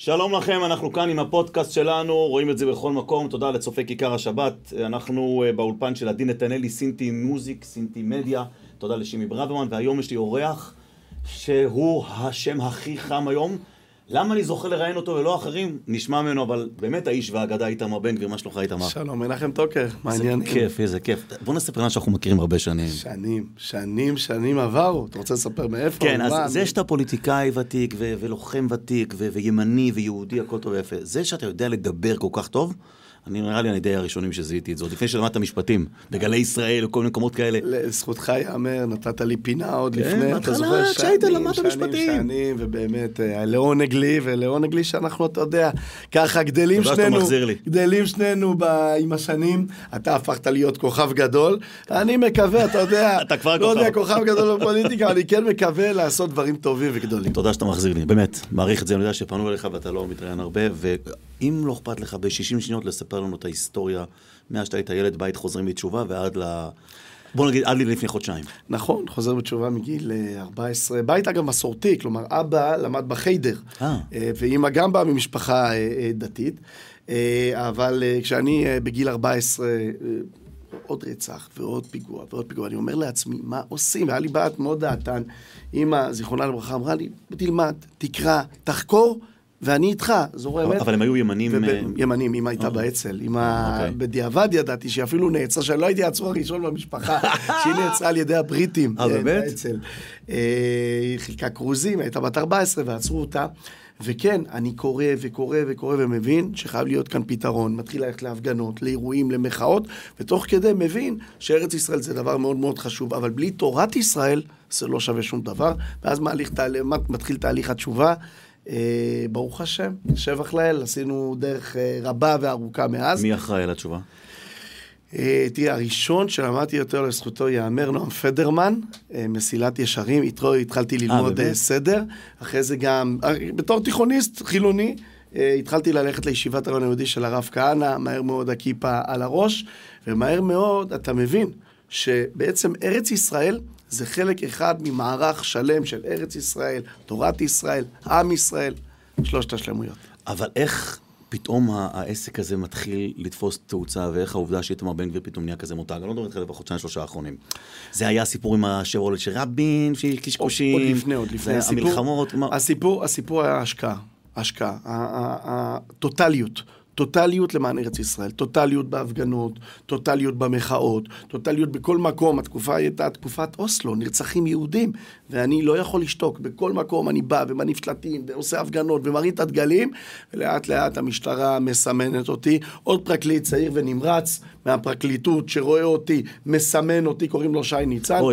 שלום לכם, אנחנו כאן עם הפודקאסט שלנו, רואים את זה בכל מקום, תודה לצופי כיכר השבת. אנחנו באולפן של עדי נתנאלי, סינטי מוזיק, סינטי מדיה, תודה לשימי ברוורמן, והיום יש לי אורח שהוא השם הכי חם היום. למה אני זוכה לראיין אותו ולא אחרים? נשמע ממנו, אבל באמת האיש והאגדה איתמר בן גביר, מה שלומך איתמר? שלום, מנחם טוקר, מעניין. איזה כיף. בוא נספר שאנחנו מכירים הרבה שנים. שנים עברו. אתה רוצה לספר מאיפה? כן, אז זה שאתה פוליטיקאי ותיק ולוחם ותיק וימני ויהודי, הכל טוב ויפה. זה שאתה יודע לדבר כל כך טוב, נראה לי אני די הראשונים שזיהיתי את זה, עוד לפני שלמדת משפטים, בגלי ישראל וכל מיני מקומות כאלה. לזכותך יאמר, נתת לי פינה עוד לפני, אתה זוכר, כשהיית למדת משפטים. שנים, ובאמת, לעונג לי שאנחנו, אתה יודע, ככה גדלים שנינו עם השנים, אתה הפכת להיות כוכב גדול, אני מקווה, אתה יודע, אתה כבר לא יודע, כוכב גדול בפוליטיקה, אני כן מקווה לעשות דברים טובים וגדולים. תודה שאתה מחזיר לי, באמת, מעריך את זה, אני יודע שפנו אליך ואתה לא מתראיין הרבה, ואם לא אכפת לך ב-60 שניות לספר לנו את ההיסטוריה, מאז שאתה היית ילד בית חוזרים בתשובה, ועד בוא נגיד, עד לפני חודשיים. נכון, חוזר בתשובה מגיל 14. בית אגב מסורתי, כלומר, אבא למד בחיידר, ואמא גם באה ממשפחה דתית, אבל כשאני בגיל 14, עוד רצח ועוד פיגוע ועוד פיגוע, אני אומר לעצמי, מה עושים? והיה לי בת מאוד דעתן, אמא, זיכרונה לברכה, אמרה לי, תלמד, תקרא, תחקור, ואני איתך, זורמת. אבל הם היו ימנים... ימנים, אמא הייתה באצ"ל. אמא בדיעבד ידעתי שאפילו נעצרה, שאני לא הייתי העצור הראשון במשפחה, שהיא נעצרה על ידי הבריטים. באצ"ל. היא חילקה קרוזים, הייתה בת 14 ועצרו אותה. וכן, אני קורא ומבין שחייב להיות כאן פתרון. מתחיל ללכת להפגנות, לאירועים, למחאות, ותוך כדי מבין שארץ ישראל זה דבר מאוד מאוד חשוב, אבל בלי תורת ישראל זה לא שווה שום דבר. ואז מתחיל תהליך התשובה. ברוך השם, שבח לאל, עשינו דרך רבה וארוכה מאז. מי אחראי לתשובה? תראה, הראשון שלמדתי יותר לזכותו יאמר נועם פדרמן, מסילת ישרים, איתו התחלתי ללמוד סדר, אחרי זה גם, בתור תיכוניסט חילוני, התחלתי ללכת לישיבת הרעיון היהודי של הרב כהנא, מהר מאוד הכיפה על הראש, ומהר מאוד אתה מבין שבעצם ארץ ישראל זה חלק אחד ממערך שלם של ארץ ישראל, תורת ישראל, עם ישראל, שלושת השלמויות. אבל איך פתאום העסק הזה מתחיל לתפוס תאוצה, ואיך העובדה שאיתמר בן גביר פתאום נהיה כזה מותג? אני לא מדבר איתך בחודשיים שלושה האחרונים. זה היה סיפור עם השברולט של רבין, קשקושים, עוד לפני. המלחמות. הסיפור היה השקעה, טוטליות למען ארץ ישראל, טוטליות בהפגנות, טוטליות במחאות, טוטליות בכל מקום. התקופה הייתה תקופת אוסלו, נרצחים יהודים, ואני לא יכול לשתוק. בכל מקום אני בא ומניף שלטים, ועושה הפגנות ומרים את הדגלים, ולאט לאט המשטרה מסמנת אותי. עוד פרקליט צעיר ונמרץ מהפרקליטות שרואה אותי, מסמן אותי, קוראים לו שי ניצן.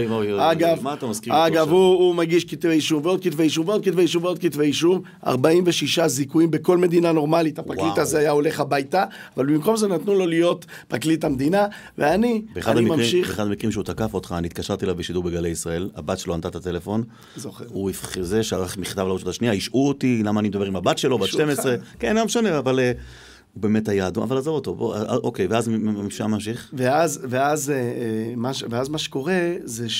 אגב, הוא מגיש כתבי אישום, ועוד כתבי אישום, ועוד כתבי אישום, ועוד כתבי אישום, 46 זיכויים בכל מדינה נורמלית. הפרקליט הזה היה הולך הביתה, אבל במקום זה נתנו לו להיות פרקליט המדינה, ואני ממשיך. באחד המקרים שהוא תקף אותך, אני התקשרתי אליו בשידור בגלי ישראל, הבת שלו ענתה את הטלפון, הוא זה שערך מכתב לרשות השנייה, אישרו אותי, למה אני מדבר עם הבת שלו, בת 12, כן, לא משנה, אבל הוא באמת היה אדום, אבל עזוב אותו, אוקיי, ואז משם ממשיך? ואז מה שקורה זה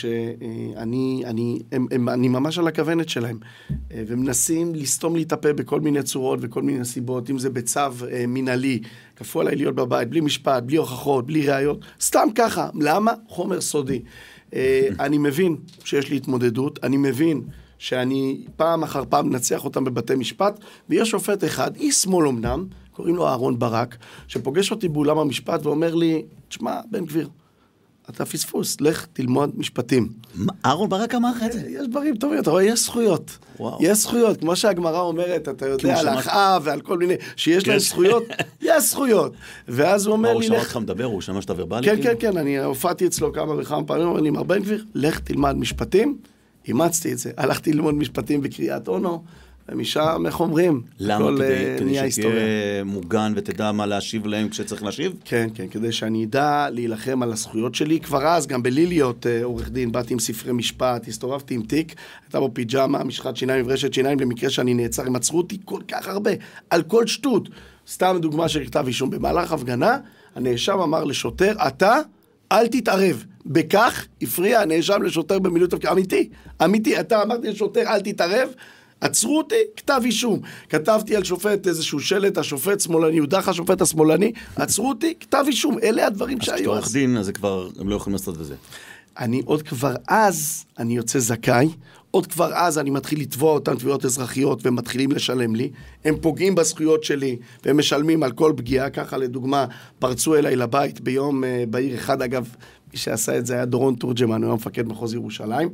שאני ממש על הכוונת שלהם, ומנסים לסתום לי את הפה בכל מיני צורות וכל מיני סיבות, אם זה בצו מנהלי, כפו עליי להיות בבית, בלי משפט, בלי הוכחות, בלי ראיות, סתם ככה. למה? חומר סודי. אני מבין שיש לי התמודדות, אני מבין שאני פעם אחר פעם נצח אותם בבתי משפט, ויש שופט אחד, איש שמאל אמנם, קוראים לו אהרון ברק, שפוגש אותי באולם המשפט ואומר לי, תשמע, בן גביר, אתה פספוס, לך תלמוד משפטים. אהרון ברק אמר את זה? יש דברים טובים, אתה רואה, יש זכויות. יש זכויות, כמו שהגמרא אומרת, אתה יודע, על אחאב ועל כל מיני, שיש להם זכויות, יש זכויות. ואז הוא אומר לי, הוא שמע אותך מדבר, הוא שמע שאתה ורבלי? כן, אני הופעתי אצלו כמה וכמה פעמים, הוא אומר לי, מר בן גביר, לך תלמד משפטים, אימצתי את זה, הלכתי ללמוד משפטים בקריאת אונו, ומשם, איך אומרים? למה? כדי שתהיה מוגן ותדע מה להשיב להם כשצריך להשיב? כן, כדי שאני אדע להילחם על הזכויות שלי. כבר אז, גם בלי להיות עורך דין, באתי עם ספרי משפט, הסתובבתי עם תיק, הייתה בו פיג'מה, משחת שיניים וברשת שיניים, למקרה שאני נעצר, הם עצרו אותי כל כך הרבה, על כל שטות. סתם דוגמה של כתב אישום. במהלך הפגנה, הנאשם אמר לשוטר, אתה אל תתערב. בכך הפריע הנאשם לשוטר במילוי תפקיד. אמיתי, אתה אמרתי לשוטר, אל תתערב, עצרו אותי, כתב אישום. כתבתי על שופט איזשהו שלט, השופט שמאלני, יודח השופט השמאלני, עצרו אותי, כתב אישום. אלה הדברים שהיו אז. אז כשעורך דין, אז זה כבר, הם לא יכולים לעשות בזה. עוד כבר אז אני יוצא זכאי, עוד כבר אז אני מתחיל לתבוע אותם תביעות אזרחיות והם מתחילים לשלם לי, הם פוגעים בזכויות שלי והם משלמים על כל פגיעה, ככה לדוגמה פרצו אליי לבית ביום בעיר אחד, אגב מי שעשה את זה היה דורון תורג'מן, הוא היה מפקד מחוז ירושלים,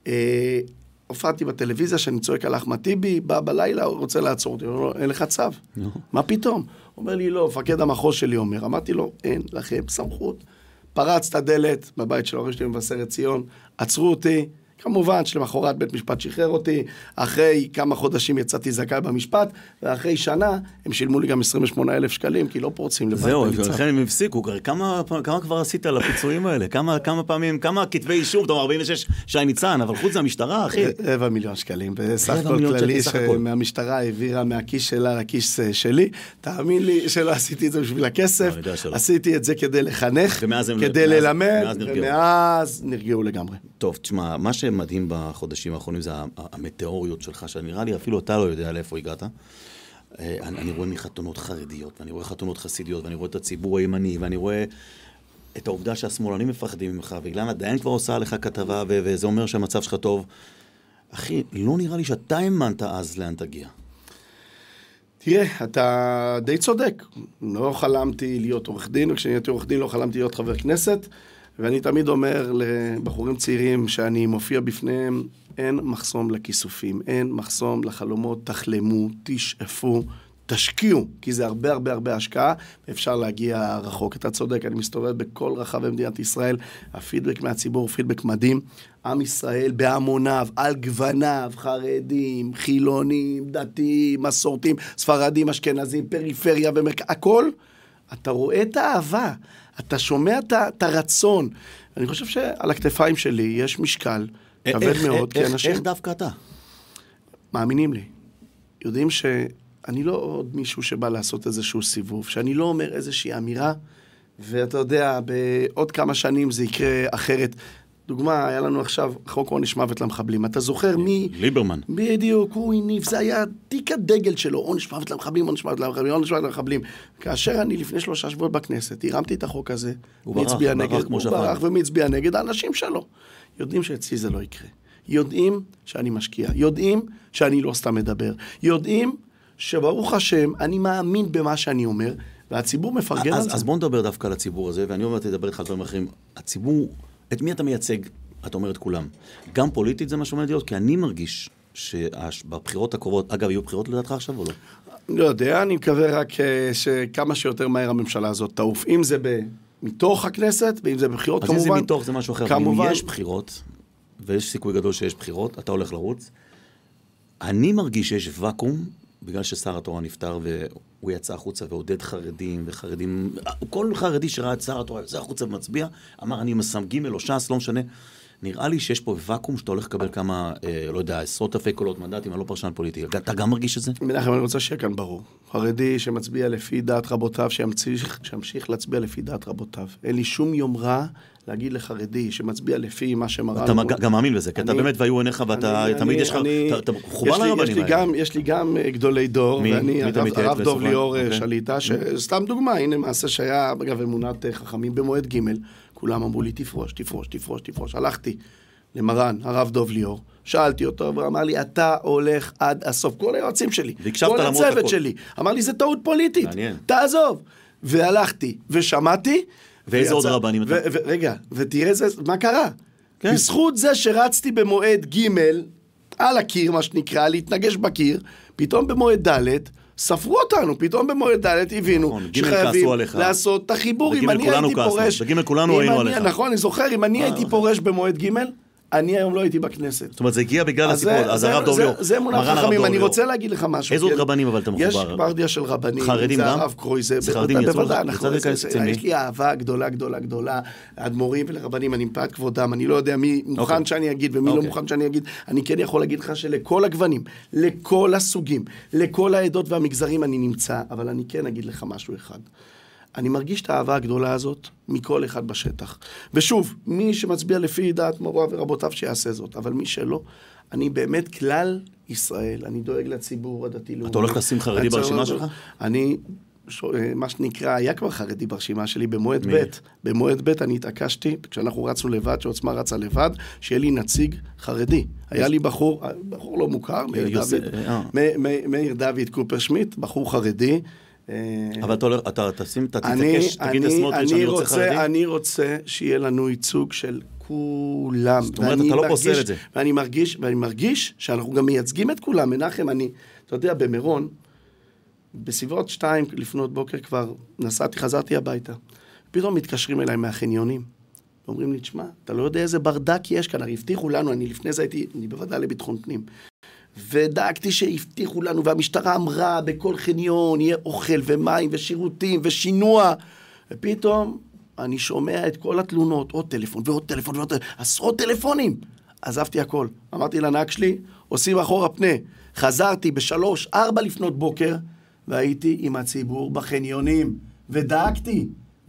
הופעתי בטלוויזיה שאני צועק על אחמד טיבי, בא בלילה, הוא רוצה לעצור אותי, הוא אומר לו, אין לך צו, מה פתאום? הוא אומר לי לא, מפקד המחוז שלי אומר, אמרתי לו, אין לכם סמכות, פרץ את הדלת בבית של ההורים שלי מבשרת ציון, עצרו אותי, כמובן שלמחרת בית משפט שחרר אותי, אחרי כמה חודשים יצאתי זכאי במשפט, ואחרי שנה הם שילמו לי גם 28,000 שקלים, כי לא פורצים לבית בליצה. זהו, לכן הם הפסיקו, כמה כבר עשית על הפיצויים האלה? כמה פעמים, כמה כתבי אישום, אתה אומר 46 שי ניצן, אבל חוץ מהמשטרה, אחי. 250,000 שקלים, בסך הכל כללי שמהמשטרה העבירה מהכיס שלה לכיס שלי, תאמין לי שלא עשיתי את זה בשביל הכסף, עשיתי את זה כדי לחנך, כדי ללמד, ומאז נרגעו לגמרי. טוב, תשמע, מה שמדהים בחודשים האחרונים זה המטאוריות שלך, שנראה לי אפילו אתה לא יודע לאיפה הגעת. אני רואה מחתונות חרדיות, ואני רואה חתונות חסידיות, ואני רואה את הציבור הימני, ואני רואה את העובדה שהשמאלנים מפחדים ממך, ואילנה דיין כבר עושה לך כתבה, וזה אומר שהמצב שלך טוב. אחי, לא נראה לי שאתה האמנת אז לאן תגיע. תראה, אתה די צודק. לא חלמתי להיות עורך דין, וכשאני הייתי עורך דין לא חלמתי להיות חבר כנסת, ואני תמיד אומר לבחורים צעירים שאני מופיע בפניהם, אין מחסום לכיסופים, אין מחסום לחלומות, תחלמו, תשאפו, תשקיעו, כי זה הרבה הרבה הרבה השקעה, ואפשר להגיע רחוק. אתה צודק, אני מסתובב בכל רחבי במדינת ישראל, הפידבק מהציבור, פידבק מדהים, עם ישראל בהמוניו, על גווניו, חרדים, חילונים, דתיים, מסורתיים, ספרדים, אשכנזים, פריפריה ומרכז, הכל, אתה רואה את האהבה, אתה שומע את הרצון. אני חושב שעל הכתפיים שלי יש משקל כבד מאוד, כי אנשים... איך דווקא אתה? מאמינים לי. יודעים שאני לא עוד מישהו שבא לעשות איזשהו סיבוב, שאני לא אומר איזושהי אמירה, ואתה יודע, בעוד כמה שנים זה יקרה אחרת. דוגמה, היה לנו עכשיו חוק עונש מוות למחבלים. אתה זוכר מי... ליברמן. בדיוק, הוא הניף, זה היה תיק הדגל שלו, עונש מוות למחבלים, עונש מוות למחבלים, עונש מוות למחבלים. כאשר אני לפני 3 שבועות בכנסת, הרמתי את החוק הזה, הוא ברח ומי הצביע נגד האנשים שלו. יודעים שאצלי זה לא יקרה. יודעים שאני משקיע. יודעים שאני לא סתם מדבר. יודעים שברוך השם, אני מאמין במה שאני אומר, והציבור מפרגן על זה. אז בוא נדבר דווקא על הציבור הזה, ואני אומר, תדבר איתך על דברים אחרים. הציבור, את מי אתה מייצג? אתה אומר את כולם. גם פוליטית זה מה שעומד להיות, כי אני מרגיש שבבחירות הקרובות, אגב, יהיו בחירות לדעתך עכשיו או לא? לא יודע, אני מקווה רק שכמה שיותר מהר הממשלה הזאת תעוף. אם זה מתוך הכנסת, ואם זה בבחירות, כמובן. אז אם זה מתוך, זה משהו אחר. כמובן. אם יש בחירות, ויש סיכוי גדול שיש בחירות, אתה הולך לרוץ. אני מרגיש שיש ואקום, בגלל ששר התורה נפטר, והוא יצא החוצה ועודד חרדים, וחרדים, כל חרדי שראה את שר התורה, יצא החוצה ומצביע, אמר, אני מסם ג' או ש"ס, לא משנה. נראה לי שיש פה ואקום שאתה הולך לקבל כמה, לא יודע, 10,000 קולות מנדטים, אני לא פרשן פוליטי. אתה גם מרגיש את זה? מנחם, אני רוצה שיהיה כאן ברור. חרדי שמצביע לפי דעת רבותיו, שימשיך להצביע לפי דעת רבותיו. אין לי שום יום רע להגיד לחרדי שמצביע לפי מה שמראה. אתה גם מאמין בזה, כי אתה באמת והיו עיניך, ואתה תמיד יש לך, אתה חובר לרבנים האלה. יש לי גם גדולי דור, ואני הרב דוב ליאור שליטה, שסתם דוגמה, הנה מעשה שהיה, אגב, אמונת חכמים במועד ג', כולם אמרו לי, תפרוש, תפרוש, תפרוש, תפרוש. הלכתי למרן, הרב דוב ליאור, שאלתי אותו, ואמר לי, אתה הולך עד הסוף. כל היועצים שלי, כל הצוות שלי. אמר לי, זה טעות פוליטית, תעזוב. והלכתי, ושמעתי. ואיזה עוד רבנים אתה? רגע, ותראה מה קרה. בזכות זה שרצתי במועד ג' על הקיר, מה שנקרא, להתנגש בקיר, פתאום במועד ד' ספרו אותנו, פתאום במועד ד' הבינו שחייבים לעשות את החיבור. אם אני הייתי פורש, נכון, אני זוכר, אם אני הייתי פורש במועד ג' אני היום לא הייתי בכנסת. זאת אומרת, זה הגיע בגלל הסיפור, אז הרב דוב ליאור. זה מונח חכמים, אני רוצה להגיד לך משהו. איזה עוד רבנים אבל אתה מחובר? יש פרדיה של רבנים. חרדים גם? הרב קרויזר. חרדים יצאו לך? יש לי אהבה גדולה, גדולה, גדולה, לאדמו"רים ולרבנים, אני מפאת כבודם, אני לא יודע מי מוכן שאני אגיד ומי לא מוכן שאני אגיד. אני כן יכול להגיד לך שלכל הגוונים, לכל הסוגים, לכל העדות והמגזרים אני נמצא, אבל אני כן אגיד לך משהו אחד. אני מרגיש את האהבה הגדולה הזאת מכל אחד בשטח. ושוב, מי שמצביע לפי דעת מורא ורבותיו שיעשה זאת, אבל מי שלא, אני באמת כלל ישראל, אני דואג לציבור הדתי-לאומי. אתה הולך לשים חרדי ברשימה שלך? אני, מה שנקרא, היה כבר חרדי ברשימה שלי במועד ב'. במועד ב' אני התעקשתי, כשאנחנו רצנו לבד, שעוצמה רצה לבד, שיהיה לי נציג חרדי. היה לי בחור לא מוכר, מאיר דוד קופרשמיט, בחור חרדי. אבל אתה תתעקש, תגיד לסמוטריץ' שאני רוצה חרדי? אני רוצה שיהיה לנו ייצוג של כולם. זאת אומרת, אתה לא פוסל את זה. ואני מרגיש שאנחנו גם מייצגים את כולם. מנחם, אתה יודע, במירון, בסביבות 2 לפנות בוקר כבר חזרתי הביתה. פתאום מתקשרים אליי מהחניונים. ואומרים לי, תשמע, אתה לא יודע איזה ברדק יש כאן, הרי הבטיחו לנו, לפני זה אני בוודאי לביטחון פנים. ודאגתי שהבטיחו לנו, והמשטרה אמרה בכל חניון, יהיה אוכל ומים ושירותים ושינוע. ופתאום אני שומע את כל התלונות, עוד טלפון ועוד טלפון ועוד טלפון, עשרות טלפונים. עזבתי הכל. אמרתי לנהג שלי, עושים אחורה פנה. חזרתי ב3-4 לפנות בוקר, והייתי עם הציבור בחניונים. ודאגתי,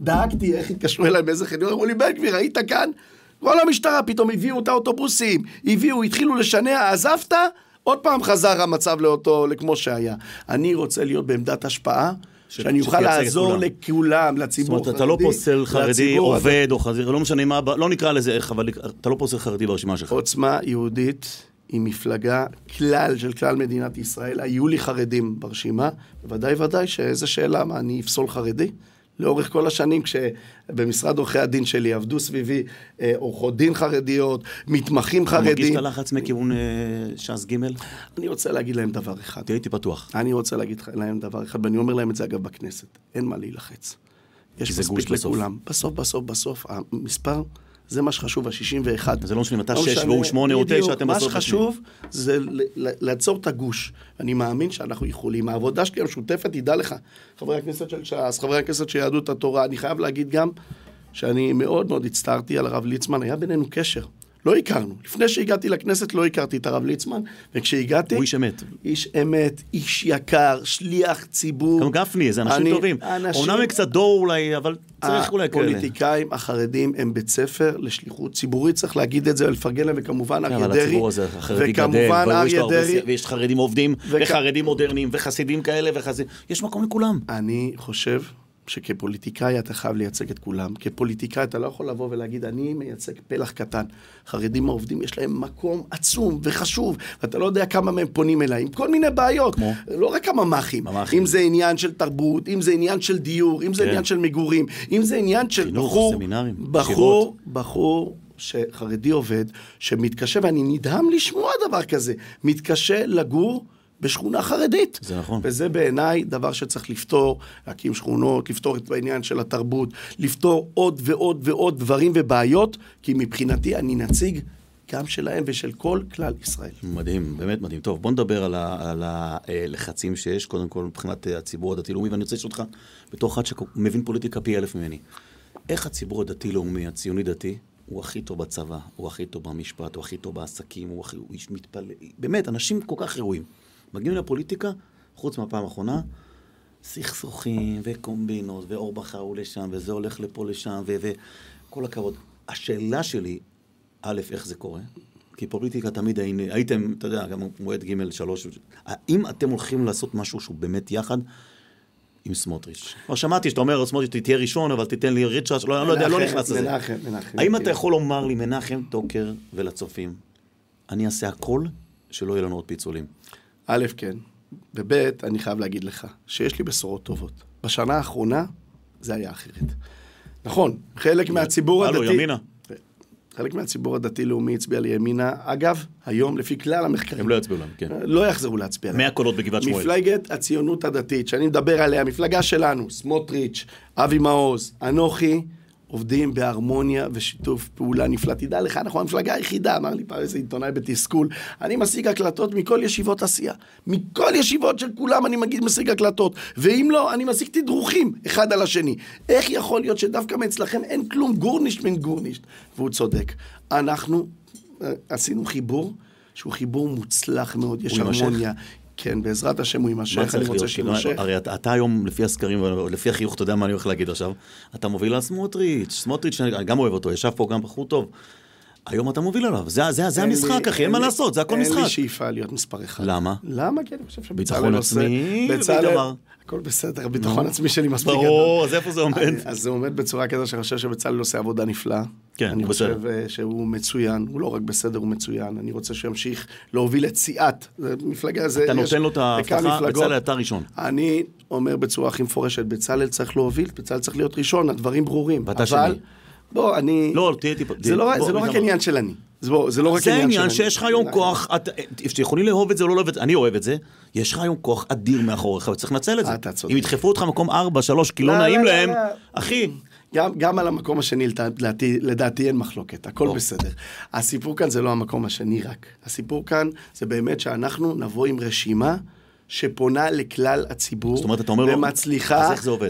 איך התקשרו אליי באיזה חניון, אמרו לי, בן גביר, היית כאן? כל המשטרה פתאום הביאו את האוטובוסים, התחילו לשנע, עזבת? עוד פעם חזר המצב לכמו שהיה. אני רוצה להיות בעמדת השפעה, שאני אוכל לעזור לכולם, לציבור חרדי. זאת אומרת, אתה לא פוסל חרדי עובד או חזיר, לא משנה מה, לא נקרא לזה איך, אבל אתה לא פוסל חרדי ברשימה שלך. עוצמה יהודית היא מפלגה של כלל מדינת ישראל. היו לי חרדים ברשימה, ודאי שאיזה שאלה, מה, אני אפסול חרדי? לאורך כל השנים, כשבמשרד עורכי הדין שלי עבדו סביבי עורכות דין חרדיות, מתמחים חרדים. אתה מרגיש את הלחץ מכיוון ש"ס ג'? אני רוצה להגיד להם דבר אחד. הייתי פתוח. אני רוצה להגיד להם דבר אחד, ואני אומר להם את זה אגב בכנסת. אין מה להילחץ. יש מספיק לכולם. בסוף, המספר, זה מה שחשוב, ה-61. זה לא משנה, אתה 6 והוא 8 או 9, אתם בסוף. מה שחשוב זה לעצור את הגוש. אני מאמין שאנחנו יכולים. העבודה שלי המשותפת, ידע לך, חברי הכנסת של ש"ס, חברי הכנסת של יהדות התורה, אני חייב להגיד גם שאני מאוד מאוד הצטערתי על הרב ליצמן, היה בינינו קשר. לא הכרנו. לפני שהגעתי לכנסת לא הכרתי את הרב ליצמן, וכשהגעתי... הוא איש אמת. איש אמת, איש יקר, שליח ציבור. גם גפני, זה אנשים טובים. אומנם הם קצת דור אולי, אבל צריך אולי כאלה. הפוליטיקאים החרדים הם בית ספר לשליחות ציבורית, צריך להגיד את זה, לפרגן להם, וכמובן אריה דרעי. אבל הציבור הזה החרדי גדל, ויש חרדים עובדים, וחרדים מודרניים, וחסידים כאלה, יש מקום לכולם. אני חושב שכפוליטיקאי אתה חייב לייצג את כולם. כפוליטיקאי אתה לא יכול לבוא ולהגיד, אני מייצג פלח קטן. חרדים העובדים יש להם מקום עצום וחשוב, ואתה לא יודע כמה מהם פונים אליי, עם כל מיני בעיות. כמו? לא רק הממ"חים. אם זה עניין של תרבות, אם זה עניין של דיור, אם זה עניין של מגורים, אם זה עניין של בחור שחרדי עובד, שמתקשה, ואני נדהם לשמוע דבר כזה, מתקשה לגור בשכונה חרדית. זה נכון. וזה בעיניי דבר שצריך לפתור, להקים שכונות, לפתור את העניין של התרבות, לפתור עוד ועוד ועוד דברים ובעיות, כי מבחינתי אני נציג גם שלהם ושל כל כלל ישראל. מדהים, באמת מדהים. טוב, בוא נדבר על הלחצים שיש, קודם כל מבחינת הציבור הדתי-לאומי, ואני רוצה לשאול אותך, בתור אחד שמבין פוליטיקה פי 1000 ממני, איך הציבור הדתי-לאומי, הציוני-דתי, הוא הכי טוב בצבא, הוא הכי טוב במשפט, הוא הכי טוב בעסקים, הוא איש מתפלל, באמת, אנשים כל כך ראויים. מגיעים לפוליטיקה, חוץ מהפעם האחרונה, סכסוכים וקומבינות, ואורבך הוא לשם, וזה הולך לפה לשם, וכל הכבוד. השאלה שלי, א', איך זה קורה? כי פוליטיקה תמיד הייתם, אתה יודע, גם מועד ג' 3, האם אתם הולכים לעשות משהו שהוא באמת יחד עם סמוטריץ'? או שמעתי שאתה אומר, סמוטריץ' תהיה ראשון, אבל תיתן לי ריצ'רד, לא יודע, לא נכנס לזה. מנחם. האם אתה יכול לומר לי, מנחם טוקר ולצופים, אני אעשה הכל שלא יהיה לנו עוד פיצולים? א', כן. וב', אני חייב להגיד לך, שיש לי בשורות טובות. בשנה האחרונה, זה היה אחרת. נכון, חלק מהציבור הדתי... ימינה. חלק מהציבור הדתי-לאומי הצביע לימינה. אגב, היום, לפי כלל המחקרים... הם לא יצביעו להם, כן. לא יחזרו להצביע להם. 100 קולות בגבעת שמואל. מפלגת הציונות הדתית, שאני מדבר עליה, המפלגה שלנו, סמוטריץ', אבי מעוז, אנוכי, עובדים בהרמוניה ושיתוף פעולה נפלא. תדע לך, אנחנו המפלגה היחידה, אמר לי פעם איזה עיתונאי בתסכול, אני משיג הקלטות מכל ישיבות עשייה. מכל ישיבות של כולם אני משיג הקלטות. ואם לא, אני משיג תדרוכים אחד על השני. איך יכול להיות שדווקא מאצלכם אין כלום גורנישט מן גורנישט? והוא צודק. אנחנו עשינו חיבור, שהוא חיבור מוצלח מאוד, יש הרמוניה. כן, בעזרת השם הוא יימשך, אני רוצה שימשך. הרי אתה היום, לפי הסקרים, לפי החיוך, אתה יודע מה אני הולך להגיד עכשיו, אתה מוביל על סמוטריץ', אני גם אוהב אותו, ישב פה גם בחור טוב. היום אתה מוביל עליו, זה המשחק, אחי, אין מה לעשות, זה הכל משחק. אין לי שאיפה להיות מספר אחד. למה? למה? כי אני חושב ביטחון עצמי, הכל בסדר, ביטחון עצמי שלי מספיק גדול. ברור, אז איפה זה עומד? אז זה עומד בצורה כזו שאני חושב שבצלאל עושה עבודה נפלאה. כן, אני חושב שהוא מצוין, הוא לא רק בסדר, הוא מצוין. אני רוצה שימשיך להוביל את סיעת. מפלגה, אתה נותן לו את ההבטחה, בצלאל אתה ראשון. אני אומר בצורה הכי מפורשת, בצלאל צריך להוביל, בצלאל צריך להיות ראשון, הדברים ברורים. ואתה שני. בוא, אני... לא, תהיה טיפה. זה לא רק עניין של אני. זה לא רק עניין של אני. זה העניין שיש לך היום כוח, יכולים לאהוב את זה או לא לאהוב את זה, אני אוהב את זה, יש לך היום כוח אדיר מאחוריך, וצריך לנצל את זה. אם ידחפו אותך מקום 4, 3, כי לא נעים להם, אחי. גם על המקום השני, לדעתי אין מחלוקת, הכל בסדר. הסיפור כאן זה לא המקום השני רק. הסיפור כאן זה באמת שאנחנו נבוא עם רשימה שפונה לכלל הציבור, זאת אומרת, אתה אומר לו, אז איך זה עובד?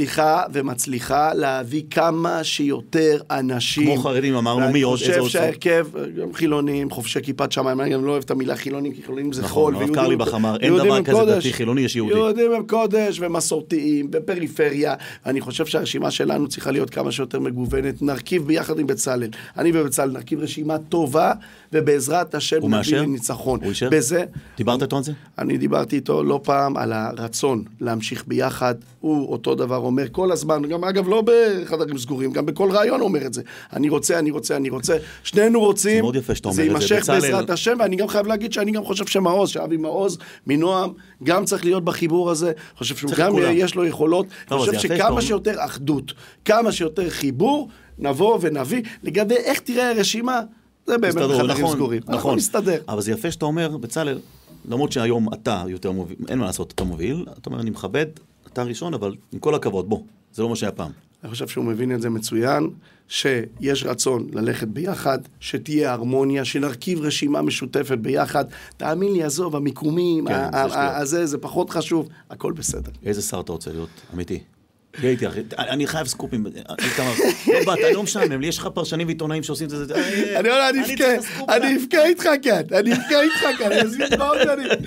ומצליחה להביא כמה שיותר אנשים. כמו חרדים, אמרנו, מי עוד? איזה עוד? אני חושב שהרכב, גם חילונים, חובשי כיפת שמיים, אני גם לא אוהב את המילה חילונים, כי חילונים זה חול. נכון, קר לי בחמר, אין דבר כזה דתי, חילוני יש יהודי. יהודים הם קודש ומסורתיים, בפריפריה. אני חושב שהרשימה שלנו צריכה להיות כמה שיותר מגוונת. נרכיב ביחד עם בצלאל. אני ובצלאל נרכיב רשימה טובה, ובעזרת השם נביא לניצחון. הוא אישר? דיברת איתו על זה? אני דיברתי איתו לא פעם על הרצון להמשיך ביחד. הוא אותו דבר אומר כל הזמן, גם אגב לא בחדרים סגורים, גם בכל רעיון אומר את זה. אני רוצה. שנינו רוצים, זה יימשך בעזרת השם, ואני גם חייב להגיד שאני גם חושב שמעוז, שאבי מעוז, מנועם, גם צריך להיות בחיבור הזה. חושב שהוא גם יש לו יכולות. אני חושב שכמה שיותר אחדות, כמה שיותר חיבור, נבוא ונביא. לגבי איך תראה הרשימה, זה באמת בחדרים סגורים. אנחנו נסתדר. אבל זה יפה שאתה אומר, בצלאל, למרות שהיום אתה יותר מוביל, אין מה לעשות, אתה מוביל, אתה אומר, אני מכבד, אתה ראשון, אבל עם כל הכבוד, בוא, זה לא מה שהיה פעם. אני חושב שהוא מבין את זה מצוין, שיש רצון ללכת ביחד, שתהיה הרמוניה, שנרכיב רשימה משותפת ביחד. תאמין לי, עזוב, המיקומים, זה פחות חשוב, הכל בסדר. איזה שר אתה רוצה להיות, אמיתי? הייתי, אחי, אני חייב סקופים, אני לא משעמם, יש לך פרשנים ועיתונאים שעושים את זה, אני אבכה איתך כאן, אני אעזים דמעות,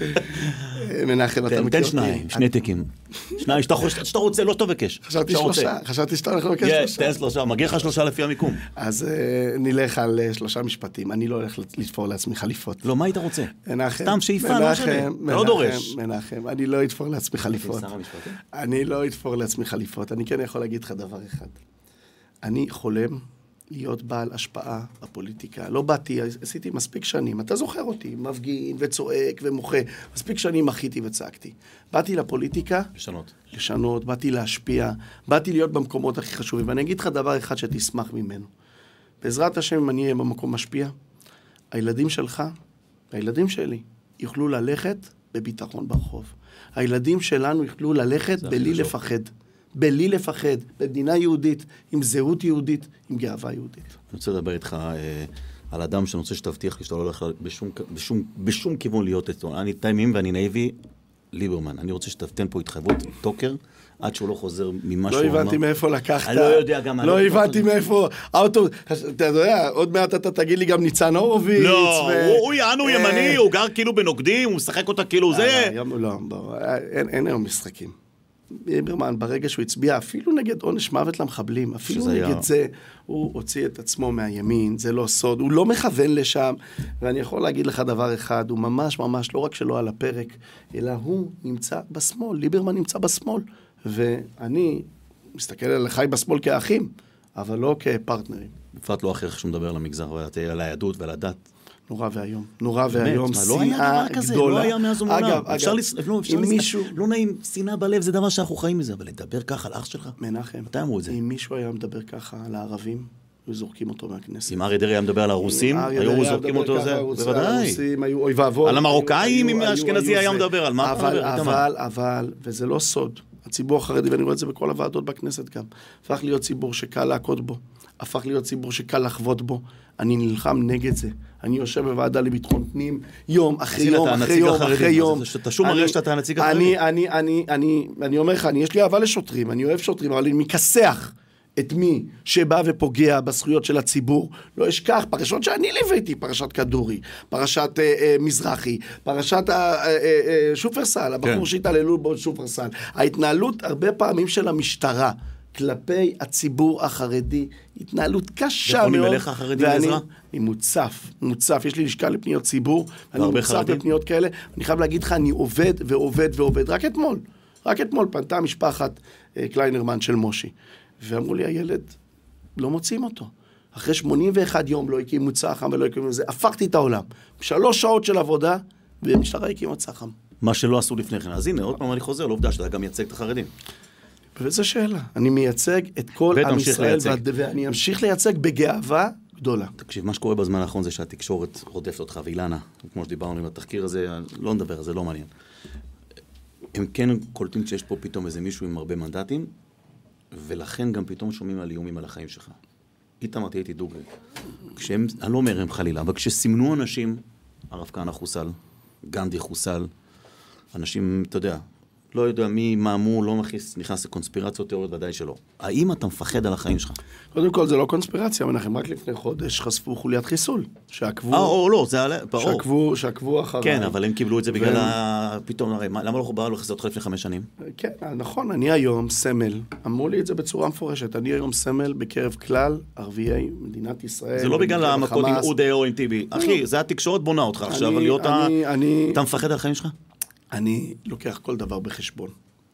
מנחם, אתה מכיר אותי. תן שני תיקים. שניים, שאתה רוצה, לא שאתה מבקש. חשבתי שאתה הולך לבקש 3. תן 3, מגיע לך 3 לפי המיקום. אז נלך על 3 משפטים, אני לא הולך לתפור לעצמי חליפות. לא, מה היית רוצה? מנחם, סתם שאיפה, לא משנה, לא דורש. מנחם, אני לא אתפור לעצמי חליפות. אני לא אתפור לעצמי חליפות, אני כן יכול להגיד לך דבר אחד. אני חולם להיות בעל השפעה בפוליטיקה. לא באתי, עשיתי מספיק שנים. אתה זוכר אותי, מפגין וצועק ומוחה. מספיק שנים מחיתי וצעקתי. באתי לפוליטיקה. לשנות, באתי להשפיע. באתי להיות במקומות הכי חשובים. ואני אגיד לך דבר אחד שתשמח ממנו. בעזרת השם, אם אני אהיה במקום משפיע, הילדים שלך, הילדים שלי, יוכלו ללכת בביטחון ברחוב. הילדים שלנו יוכלו ללכת בלי לפחד. בלי לפחד, במדינה יהודית, עם זהות יהודית, עם גאווה יהודית. אני רוצה לדבר איתך על אדם שאני רוצה שתבטיח לי שאתה לא הולך בשום כיוון להיות איתו. אני תאימים ואני נאיבי, ליברמן. אני רוצה שתתן פה התחייבות טוקר, עד שהוא לא חוזר ממה שהוא אמר. לא הבנתי מאיפה לקחת. אני לא יודע גם... לא הבנתי מאיפה... אתה יודע, עוד מעט אתה תגיד לי גם ניצן הורוביץ. לא, הוא יענו ימני, הוא גר כאילו בנוקדים, הוא משחק אותה כאילו זה... לא, אין היום משחקים. ליברמן, ברגע שהוא הצביע, אפילו נגד עונש מוות למחבלים, אפילו נגד זה, הוא הוציא את עצמו מהימין, זה לא סוד, הוא לא מכוון לשם, ואני יכול להגיד לך דבר אחד, הוא ממש ממש לא רק שלא על הפרק, אלא הוא נמצא בשמאל, ליברמן נמצא בשמאל, ואני מסתכל על חי בשמאל כאחים, אבל לא כפרטנרים. בפרט לא אחר שהוא מדבר על המגזר, על היהדות ועל הדת. נורא והיום. נורא והיום, שנאה גדולה. לא היה מאז ומעולם. אפשר לא נעים, שנאה בלב, זה דבר שאנחנו חיים מזה, אבל לדבר ככה על אח שלך? מנחם, מתי אמרו את זה? אם מישהו היה מדבר ככה על הערבים, היו זורקים אותו מהכנסת. אם אריה דרעי היה מדבר על הרוסים, היו זורקים אותו זה? בוודאי. על המרוקאים, אם האשכנזי היה מדבר, על מה אתה מדבר? אבל, וזה לא סוד, הציבור החרדי, ואני רואה את זה בכל הוועדות בכנסת גם, הפך להיות ציבור שקל להכות בו, הפך להיות ציבור שקל לחוות בו. אני נלחם נגד זה. אני יושב בוועדה לביטחון פנים, יום אחרי יום אחרי יום אחרי יום. אתה שום מראה שאתה הנציג החרדי. אני אומר לך, יש לי אהבה לשוטרים, אני אוהב שוטרים, אבל אני מכסח את מי שבא ופוגע בזכויות של הציבור. לא אשכח, פרשות שאני ליוויתי, פרשת כדורי, פרשת מזרחי, פרשת שופרסל, הבחור שהתעללו בו שופרסל. ההתנהלות הרבה פעמים של המשטרה, כלפי הציבור החרדי, התנהלות קשה מאוד. ופונים אליך החרדים לעזרה? אני מוצף, יש לי לשכה לפניות ציבור, אני מוצף לפניות כאלה, אני חייב להגיד לך, אני עובד ועובד, רק אתמול פנתה משפחת קליינרמן של מושי, ואמרו לי, הילד, לא מוצאים אותו. אחרי 81 יום לא הקימו צח"ם ולא הקימו זה, הפכתי את העולם. 3 שעות של עבודה, ומשטרה הקימו צח"ם. מה שלא עשו לפני כן. אז הנה, עוד פעם אני חוזר, לא עובדה שאתה גם מייצג את החרדים. וזו שאלה. אני מייצג את כל עם ישראל, ואני אמשיך לייצג בגאווה גדולה. תקשיב, מה שקורה בזמן האחרון זה שהתקשורת רודפת אותך, ואילנה, כמו שדיברנו עם התחקיר הזה, לא נדבר על זה, לא מעניין. הם כן קולטים שיש פה פתאום איזה מישהו עם הרבה מנדטים, ולכן גם פתאום שומעים על איומים על החיים שלך. איתמר, הייתי דוגרי. אני לא אומר הם חלילה, אבל כשסימנו אנשים, הרב כהנא חוסל, גנדי חוסל, אנשים, אתה יודע, לא יודע מי, מה מו, לא נכנס לקונספירציות תיאוריות, ודאי שלא. האם אתה מפחד על החיים שלך? קודם כל, זה לא קונספירציה, מנחם, רק לפני חודש חשפו חוליית חיסול. שעקבו... לא, זה עלה, ברור. שעקבו אחריי. כן, אבל הם קיבלו את זה בגלל פתאום, הרי, למה לא חובר לחזור אותך לפני 5 שנים? כן, נכון, אני היום סמל, אמרו לי את זה בצורה מפורשת, אני היום סמל בקרב כלל ערביי מדינת ישראל. זה לא בגלל המכות עם אודה או עם טיבי. אחי, זה התקשורת בונה אותך עכשיו, אתה מפחד על החיים שלך? אני לוקח כל דבר בחשבון.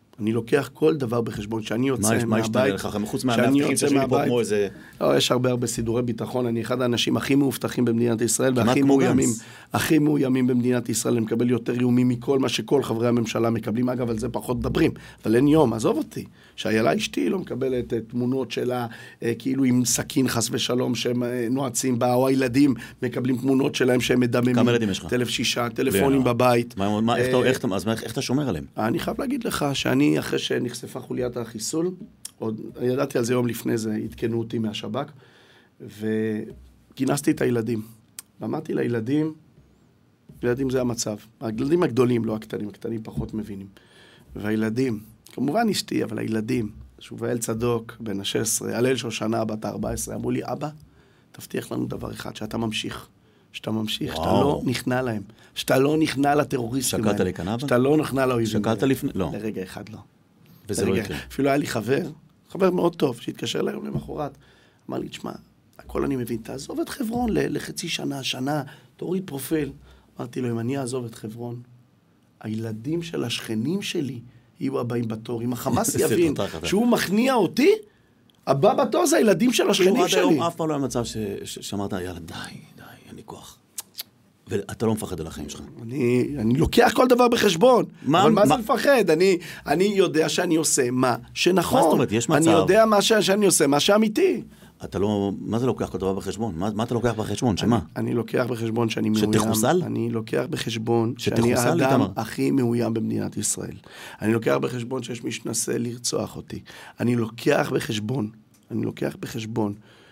שאני יוצא מהבית. מה ישתנה לך? חוץ מהמאבטחים שיש לי פה כמו איזה... לא, יש הרבה סידורי ביטחון. אני אחד האנשים הכי מאובטחים במדינת ישראל, הכי מאוימים במדינת ישראל. אני מקבל יותר איומים מכל מה שכל חברי הממשלה מקבלים. אגב, על זה פחות מדברים. אבל אין יום, עזוב אותי. שאיילה אשתי לא מקבלת תמונות שלה, כאילו עם סכין חס ושלום שהם נועצים בה, או הילדים מקבלים תמונות שלהם שהם מדממים. כמה ילדים יש לך? 6 טלפונים בבית. איך אתה שומר עליהם? אני חייב להגיד לך שאני, אחרי שנחשפה חוליית החיסול, עוד ידעתי על זה יום לפני זה, התקנו אותי מהשב"כ, וכינסתי את הילדים. ואמרתי לילדים, ילדים זה המצב. הילדים הגדולים, לא הקטנים, הקטנים פחות מבינים. והילדים, כמובן אשתי, אבל הילדים, שובאל צדוק, בן ה-16, הלל שושנה, בת ה-14, אמרו לי, אבא, תבטיח לנו דבר אחד, שאתה ממשיך. שאתה לא נכנע להם. שאתה לא נכנע לטרוריסטים. שקלת לכאן, שאתה לא נכנע לאויבים. שקלת לפני? לא. לרגע אחד לא. וזה לא יקרה. אפילו היה לי חבר מאוד טוב, שהתקשר ליום למחרת, אמר לי, תשמע, הכל אני מבין, תעזוב את חברון לחצי שנה, תוריד פרופיל. אמרתי לו, אם אני אעזוב את חברון, הילדים של השכנים שלי יהיו הבאים בתור. אם החמאס יבין שהוא מכניע אותי, הבא בתור זה הילדים של השכנים שלי. עד היום אף פעם לא היה מצב שאמרת, יאללה, די, אין לי כוח. ואתה לא מפחד על החיים שלך. אני לוקח כל דבר בחשבון. אבל מה זה לפחד? אני יודע שאני עושה מה שנכון. מה זאת אומרת? יש מצב. אני יודע מה שאני עושה, מה שאמיתי. אתה לא... מה זה לוקח כל דבר בחשבון? מה אתה לוקח בחשבון? שמה? אני לוקח בחשבון שאני מאוים. שתחוסל? אני לוקח בחשבון שאני האדם הכי מאוים במדינת ישראל. אני לוקח בחשבון שיש מי שנסה לרצוח אותי. אני לוקח בחשבון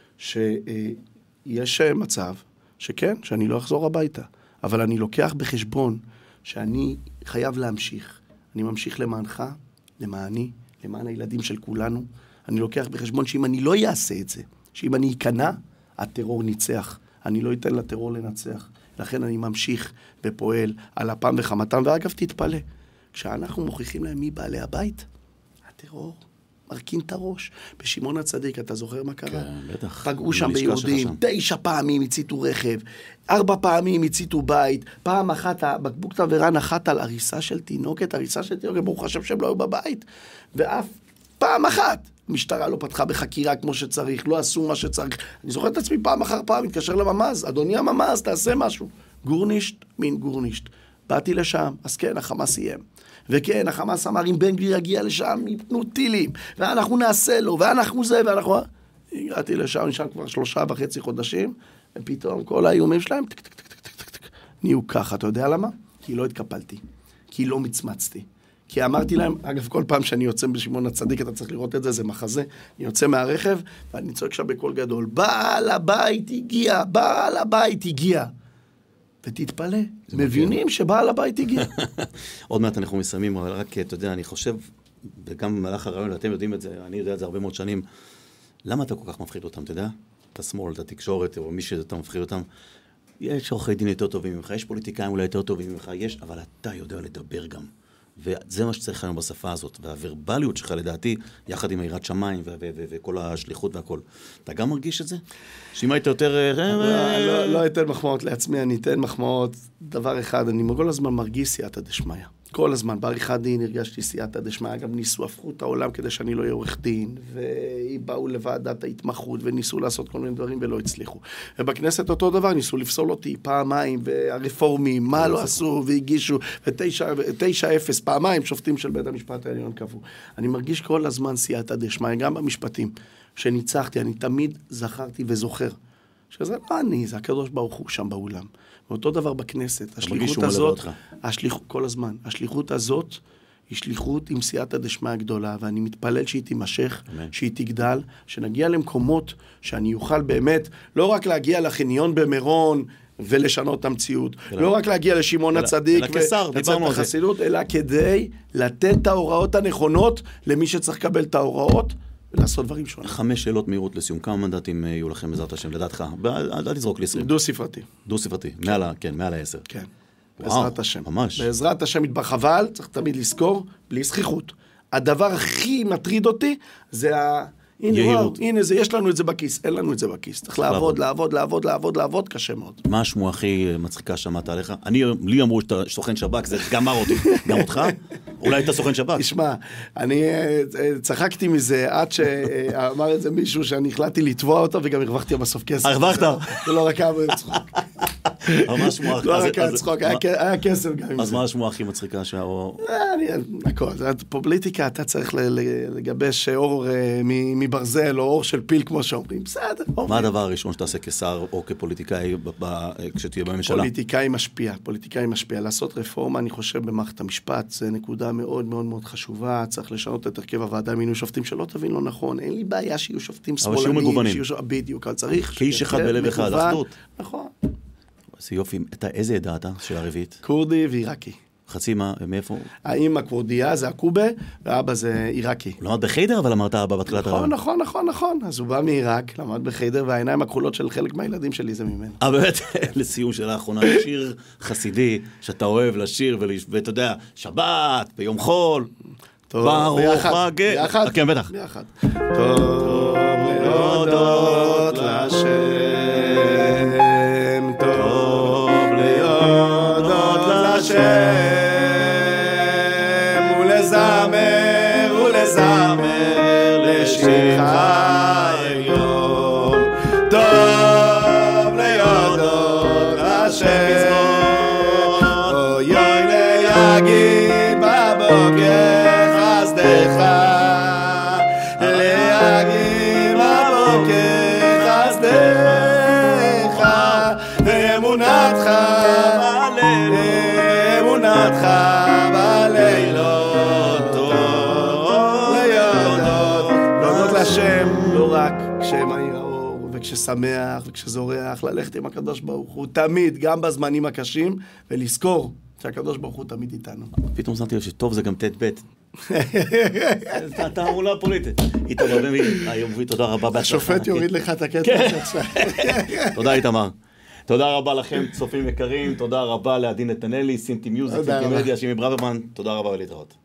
שיש מצב שכן, שאני לא אחזור הביתה. אבל אני לוקח בחשבון שאני חייב להמשיך. אני ממשיך למענך, למעני, למען הילדים של כולנו. אני לוקח בחשבון שאם אני לא אעשה את זה, שאם אני אכנע, הטרור ניצח. אני לא אתן לטרור לנצח. לכן אני ממשיך ופועל על אפם וחמתם. ואגב, תתפלא, כשאנחנו מוכיחים להם מי בעלי הבית, הטרור מרכין את הראש. בשמעון הצדיק, אתה זוכר מה קרה? כן, בטח. פגעו שם ביהודים, 9 פעמים הציתו רכב, 4 פעמים הציתו בית, פעם אחת הבקבוק תבערה נחת על הריסה של תינוקת, ברוך השם שהם לא היו בבית, ואף פעם אחת המשטרה לא פתחה בחקירה כמו שצריך, לא עשו מה שצריך. אני זוכר את עצמי פעם אחר פעם, מתקשר לממז, אדוני הממז, תעשה משהו. גורנישט, מין גורנישט. באתי לשם, אז כן, החמאס איים. וכן, החמאס אמר, אם בן גביר יגיע לשם, יפנו טילים, ואנחנו נעשה לו, ואנחנו זה, ואנחנו... הגעתי לשם, נשאר כבר 3.5 חודשים, ופתאום כל האיומים שלהם, נהיו ככה, אתה יודע למה? כי לא התקפלתי, כי לא מצמצתי. כי אמרתי להם, אגב, כל פעם שאני יוצא בשמעון הצדיק, אתה צריך לראות את זה, זה מחזה, אני יוצא מהרכב, ואני צועק שם בקול גדול, בעל הבית הגיע. ותתפלא, מבינים שבעל הבית הגיע. עוד מעט אנחנו מסיימים, אבל רק, אתה יודע, אני חושב, וגם במהלך הרעיון, אתם יודעים את זה, אני יודע את זה הרבה מאוד שנים, למה אתה כל כך מפחיד אותם, אתה יודע? את השמאל, את התקשורת, או מי שאתה מפחיד אותם, יש עורכי דין יותר טובים ממך, יש פוליטיקאים אולי יותר טובים ממך, אבל אתה יודע לדבר גם. וזה מה שצריך היום בשפה הזאת, והוורבליות שלך לדעתי, יחד עם היראת שמיים וכל השליחות והכל. אתה גם מרגיש את זה? שאם היית יותר... לא אתן מחמאות לעצמי, אני אתן מחמאות דבר אחד, אני כל הזמן מרגיש סייעתא דשמיא. כל הזמן, בעריכת דין הרגשתי סייעתא דשמיא, גם ניסו, הפכו את העולם כדי שאני לא אהיה עורך דין, ובאו לוועדת ההתמחות וניסו לעשות כל מיני דברים ולא הצליחו. ובכנסת אותו דבר, ניסו לפסול אותי פעמיים, והרפורמים, מה לא עשו והגישו, ו9-0 פעמיים שופטים של בית המשפט העליון קבעו. אני מרגיש כל הזמן סייעתא דשמיא, גם במשפטים שניצחתי, אני תמיד זכרתי וזוכר, שזה לא אני, זה הקדוש ברוך הוא שם באולם. ואותו דבר בכנסת, השליחות הזאת, כל הזמן, השליחות הזאת היא שליחות עם סייעתא דשמיא גדולה, ואני מתפלל שהיא תימשך, שהיא תגדל, שנגיע למקומות שאני אוכל באמת, לא רק להגיע לחניון במירון ולשנות את המציאות, לא רק להגיע לשמעון הצדיק ולצאת בחסידות, אלא כדי לתת את ההוראות הנכונות למי שצריך לקבל את ההוראות, ולעשות דברים שונים. 5 שאלות מהירות לסיום. כמה מנדטים יהיו לכם בעזרת השם, לדעתך? אל תזרוק לי 20. דו-ספרתי. דו-ספרתי. מעל 10. כן. בעזרת השם. ממש. בעזרת השם יתברך, צריך תמיד לזכור, בלי זכיחות. הדבר הכי מטריד אותי זה הנה, יש לנו את זה בכיס, אין לנו את זה בכיס. צריך לעבוד, קשה מאוד. מה השמועה הכי מצחיקה שמעת עליך? לי אמרו שאתה סוכן שב"כ, זה גמר אותי. גם אותך? אולי היית סוכן שב"כ. תשמע, אני צחקתי מזה עד שאמר את זה מישהו שאני החלטתי לתבוע אותו, וגם הרווחתי בסוף כסף. הרווחת? זה לא רק היה צחוק. ממש שמועה. לא רק היה צחוק, היה כסף גם עם זה. אז מה השמועה הכי מצחיקה הכל, פוליטיקה, אתה צריך לגבש אור מברזל, או אור של פיל, כמו שאומרים. בסדר. מה הדבר הראשון שתעשה כשר או כפוליטיקאי כשתהיה בממשלה? פוליטיקאי משפיע. לעשות רפורמה, אני חושב, במערכת המשפט, זה נקודה מאוד מאוד מאוד חשובה. צריך לשנות את הרכב הוועדה מינוי שופטים, שלא תבין לא נכון. אין לי בעיה שיהיו שופטים שמאלנים. אבל שיהיו מגוונים. בדיוק, אבל צריך... כאיש אחד בלב אחד, אחדות. נכון. זה יופי. איזה עדה אתה של הרביעית? כורדי ועיראקי. חצי מה, מאיפה? האמא כורדיה, זה הקובה, והאבא זה עיראקי. הוא למד בחיידר, אבל אמרת אבא בתחילת הרעיון. נכון. אז הוא בא מעיראק, למד בחיידר, והעיניים הכחולות של חלק מהילדים שלי זה ממנו. באמת, לסיום שאלה האחרונה, שיר חסידי, שאתה אוהב לשיר, ואתה יודע, שבת, ביום חול, ברוך הגה. כן, בטח. ביחד. טוב להודות לשם, טוב להודות לשם, ולזמר לשירך עליון. טוב להודות לשם, אוי אוי להגיד בבוקר חסדך, להגיד בבוקר חסדך, אמונתך בלילות, טוב להודות לשם, לא רק כשמאיר האור וכששמח וכשזורח, ללכת עם הקדוש ברוך הוא תמיד, גם בזמנים הקשים, ולזכור שהקדוש ברוך הוא תמיד איתנו. פתאום שמתי לב שטוב זה גם תת בית. תעמולה פוליטית. איתמר בן-גביר, היום תודה רבה בהצלחה. השופט יוריד לך את הקטע הזה עכשיו. תודה איתמר. תודה רבה לכם, צופים יקרים, תודה רבה לעדין נתנאלי, סינטי מיוזיק, סינטי מדיה, שימי ברוורמן, תודה רבה ולהתראות.